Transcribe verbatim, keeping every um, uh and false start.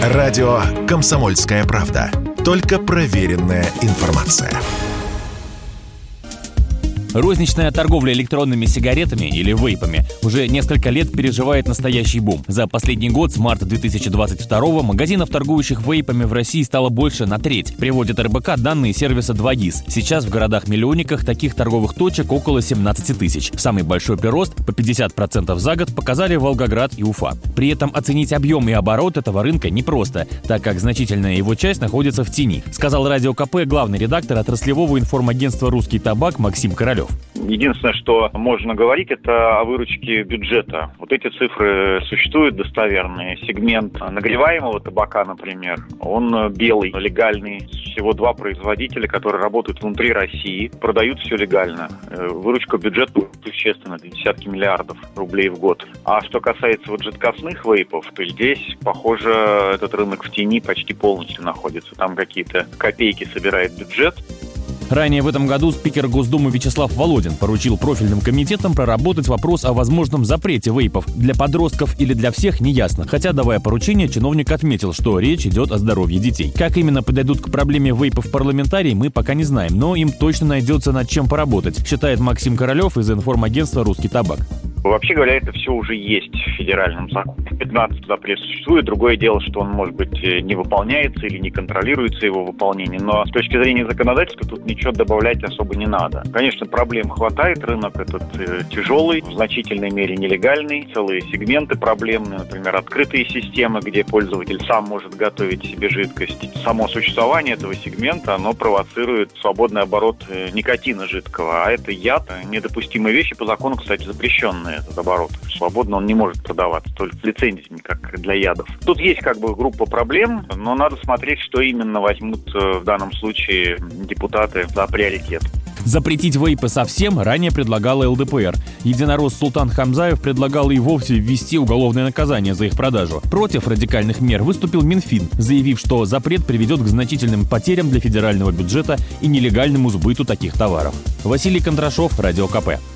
Радио «Комсомольская правда». Только проверенная информация. Розничная торговля электронными сигаретами или вейпами уже несколько лет переживает настоящий бум. За последний год, с марта две тысячи двадцать второго, магазинов, торгующих вейпами в России, стало больше на треть. Приводит эр бэ ка данные сервиса два гис. Сейчас в городах-миллионниках таких торговых точек около семнадцать тысяч. Самый большой прирост, по пятьдесят процентов за год, показали Волгоград и Уфа. При этом оценить объем и оборот этого рынка непросто, так как значительная его часть находится в тени, сказал Радио ка пэ главный редактор отраслевого информагентства «Русский табак» Максим Королев. Единственное, что можно говорить, это о выручке бюджета. Вот эти цифры существуют достоверные. Сегмент нагреваемого табака, например, он белый, легальный. Всего два производителя, которые работают внутри России, продают все легально. Выручка бюджета существенно, десятки миллиардов рублей в год. А что касается вот жидкостных вейпов, то здесь, похоже, этот рынок в тени почти полностью находится. Там какие-то копейки собирает бюджет. Ранее в этом году спикер Госдумы Вячеслав Володин поручил профильным комитетам проработать вопрос о возможном запрете вейпов. Для подростков или для всех неясно, хотя, давая поручение, чиновник отметил, что речь идет о здоровье детей. Как именно подойдут к проблеме вейпов парламентарии, мы пока не знаем, но им точно найдется над чем поработать, считает Максим Королев из информагентства «Русский табак». Вообще говоря, это все уже есть в федеральном законе. пятнадцать запрет существует. Другое дело, что он, может быть, не выполняется или не контролируется его выполнение. Но с точки зрения законодательства тут ничего добавлять особо не надо. Конечно, проблем хватает. Рынок этот э, тяжелый, в значительной мере нелегальный. Целые сегменты проблемные. Например, открытые системы, где пользователь сам может готовить себе жидкость. Само существование этого сегмента, оно провоцирует свободный оборот э, никотина жидкого. А это яд. Недопустимые вещи по закону, кстати, запрещенные. Этот оборот. Свободно он не может продаваться, только с лицензиями, как для ядов. Тут есть как бы группа проблем, но надо смотреть, что именно возьмут в данном случае депутаты за приоритет. Запретить вейпы совсем ранее предлагала эл дэ пэ эр. Единорос Султан Хамзаев предлагал и вовсе ввести уголовное наказание за их продажу. Против радикальных мер выступил Минфин, заявив, что запрет приведет к значительным потерям для федерального бюджета и нелегальному сбыту таких товаров. Василий Кондрашов, Радио ка пэ.